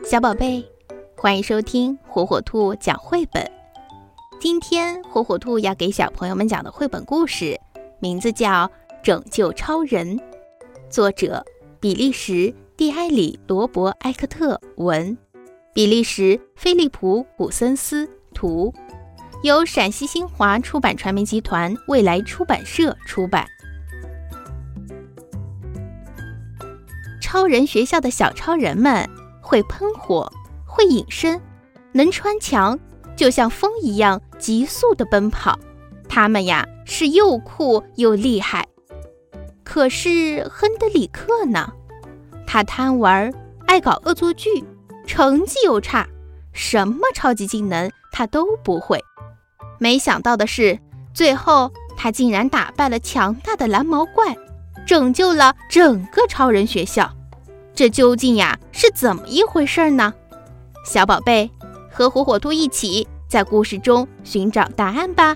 小宝贝，欢迎收听火火兔讲绘本。今天火火兔要给小朋友们讲的绘本故事名字叫《拯救超人》，作者比利时蒂埃里·罗伯埃克特文，比利时菲利普·古森斯图，由陕西新华出版传媒集团未来出版社出版。超人学校的小超人们会喷火，会隐身，能穿墙，就像风一样急速地奔跑。他们呀是又酷又厉害。可是亨德里克呢？他贪玩，爱搞恶作剧，成绩又差，什么超级技能他都不会。没想到的是，最后他竟然打败了强大的蓝毛怪，拯救了整个超人学校。这究竟呀是怎么一回事呢？小宝贝，和火火兔一起在故事中寻找答案吧。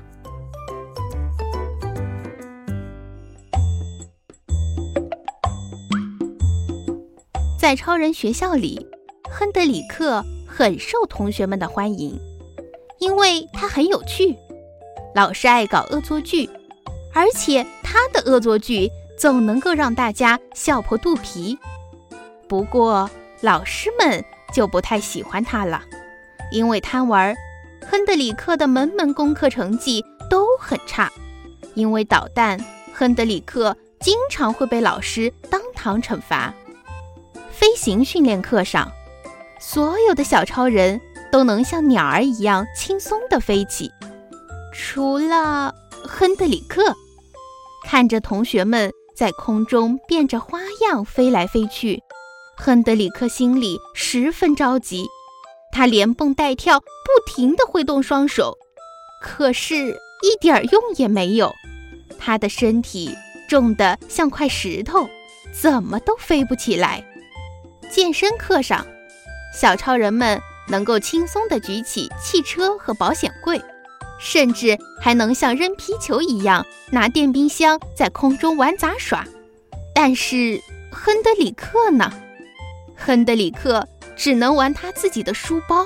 在超人学校里，亨德里克很受同学们的欢迎，因为他很有趣，老是爱搞恶作剧，而且他的恶作剧总能够让大家笑破肚皮。不过老师们就不太喜欢他了，因为贪玩，亨德里克的门功课成绩都很差。因为捣蛋，亨德里克经常会被老师当堂惩罚。飞行训练课上，所有的小超人都能像鸟儿一样轻松地飞起，除了亨德里克。看着同学们在空中变着花样飞来飞去，亨德里克心里十分着急，他连蹦带跳，不停地挥动双手，可是一点用也没有。他的身体重得像块石头，怎么都飞不起来。健身课上，小超人们能够轻松地举起汽车和保险柜，甚至还能像扔皮球一样拿电冰箱在空中玩杂耍。但是亨德里克呢？亨德里克只能玩他自己的书包。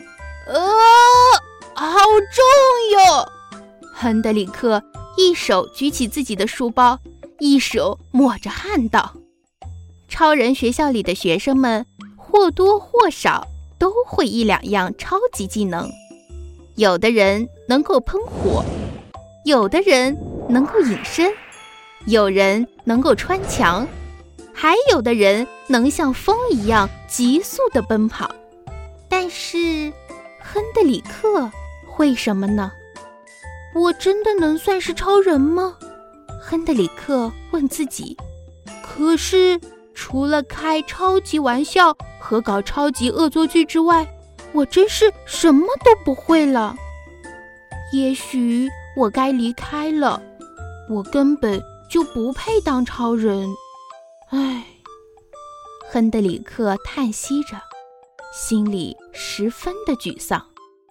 好重哟！亨德里克一手举起自己的书包，一手抹着汗道。超人学校里的学生们或多或少都会一两样超级技能，有的人能够喷火，有的人能够隐身，有人能够穿墙，还有的人能像风一样急速地奔跑。但是亨德里克会什么呢？我真的能算是超人吗？亨德里克问自己。可是除了开超级玩笑和搞超级恶作剧之外，我真是什么都不会了。也许我该离开了，我根本就不配当超人。唉，亨德里克叹息着，心里十分的沮丧。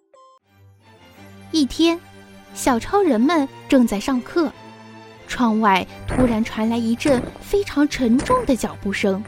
一天，小超人们正在上课，窗外突然传来一阵非常沉重的脚步声。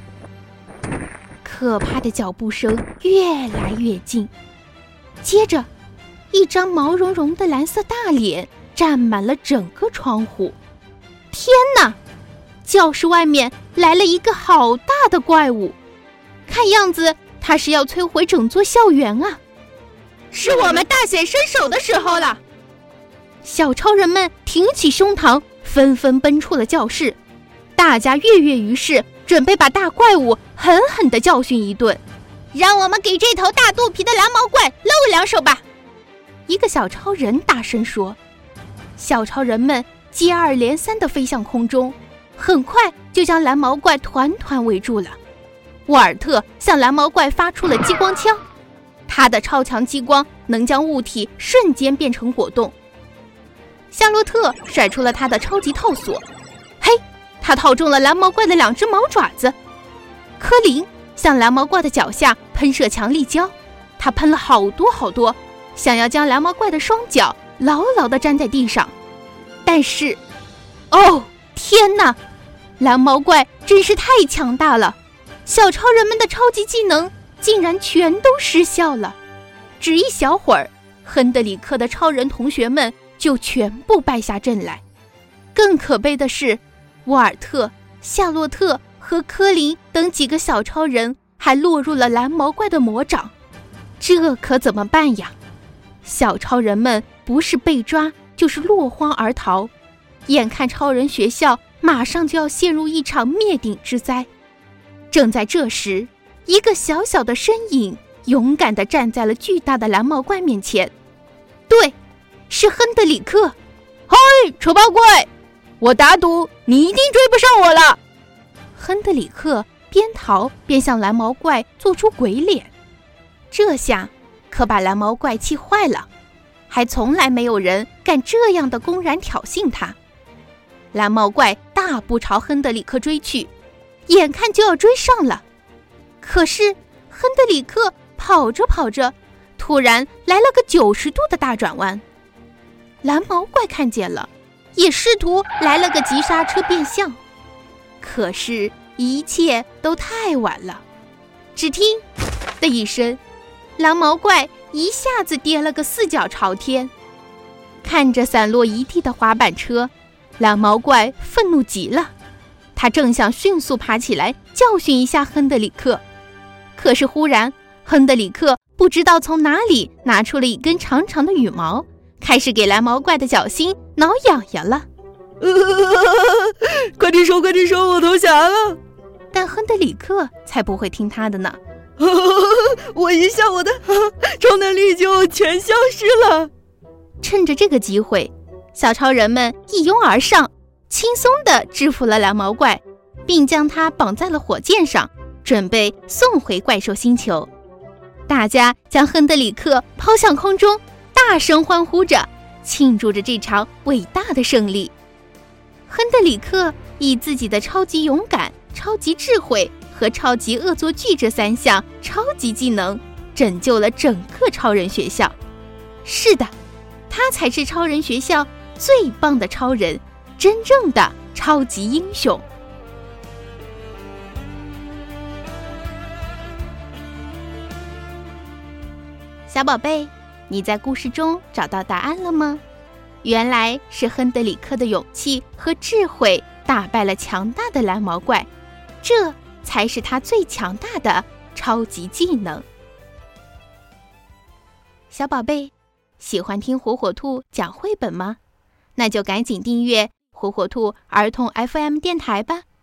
可怕的脚步声越来越近，接着一张毛茸茸的蓝色大脸占满了整个窗户。天哪！教室外面来了一个好大的怪物，看样子他是要摧毁整座校园啊！是我们大显身手的时候了！小超人们挺起胸膛，纷纷奔出了教室，大家跃跃欲试，准备把大怪物狠狠地教训一顿。让我们给这头大肚皮的蓝毛怪露两手吧！一个小超人大声说。小超人们接二连三地飞向空中，很快就将蓝毛怪团团围住了。沃尔特向蓝毛怪发出了激光枪，他的超强激光能将物体瞬间变成果冻。夏洛特甩出了他的超级套索，嘿，他套中了蓝毛怪的两只毛爪子。科林向蓝毛怪的脚下喷射强力胶，他喷了好多好多，想要将蓝毛怪的双脚牢牢地粘在地上。但是，天哪！蓝毛怪真是太强大了，小超人们的超级技能竟然全都失效了。只一小会儿，亨德里克的超人同学们就全部败下阵来。更可悲的是，沃尔特、夏洛特和科林等几个小超人还落入了蓝毛怪的魔掌。这可怎么办呀？小超人们不是被抓，就是落荒而逃，眼看超人学校马上就要陷入一场灭顶之灾。正在这时，一个小小的身影勇敢地站在了巨大的蓝毛怪面前。对，是亨德里克。 嗨，丑八怪，我打赌你一定追不上我了。 亨德里克边逃边向蓝毛怪做出鬼脸，这下可把蓝毛怪气坏了，还从来没有人敢这样的公然挑衅他。蓝毛怪大步朝亨德里克追去，眼看就要追上了。可是亨德里克跑着跑着，突然来了个90度的大转弯。蓝毛怪看见了，也试图来了个急刹车变向。可是一切都太晚了，只听的一声，蓝毛怪一下子跌了个四脚朝天。看着散落一地的滑板车，蓝毛怪愤怒极了，他正想迅速爬起来教训一下亨德里克，可是忽然亨德里克不知道从哪里拿出了一根长长的羽毛，开始给蓝毛怪的脚心挠痒痒了。 快点收，快点收，我投降了。 但亨德里克才不会听他的呢。 我一下我的超能力就全消失了。 趁着这个机会，小超人们一拥而上，轻松地制服了蓝毛怪，并将他绑在了火箭上，准备送回怪兽星球。大家将亨德里克抛向空中，大声欢呼着，庆祝着这场伟大的胜利。亨德里克以自己的超级勇敢、超级智慧和超级恶作剧这3项超级技能，拯救了整个超人学校。是的，他才是超人学校最棒的超人，真正的超级英雄。小宝贝，你在故事中找到答案了吗？原来是亨德里克的勇气和智慧打败了强大的蓝毛怪，这才是他最强大的超级技能。小宝贝，喜欢听火火兔讲绘本吗？那就赶紧订阅火火兔儿童 FM 电台吧。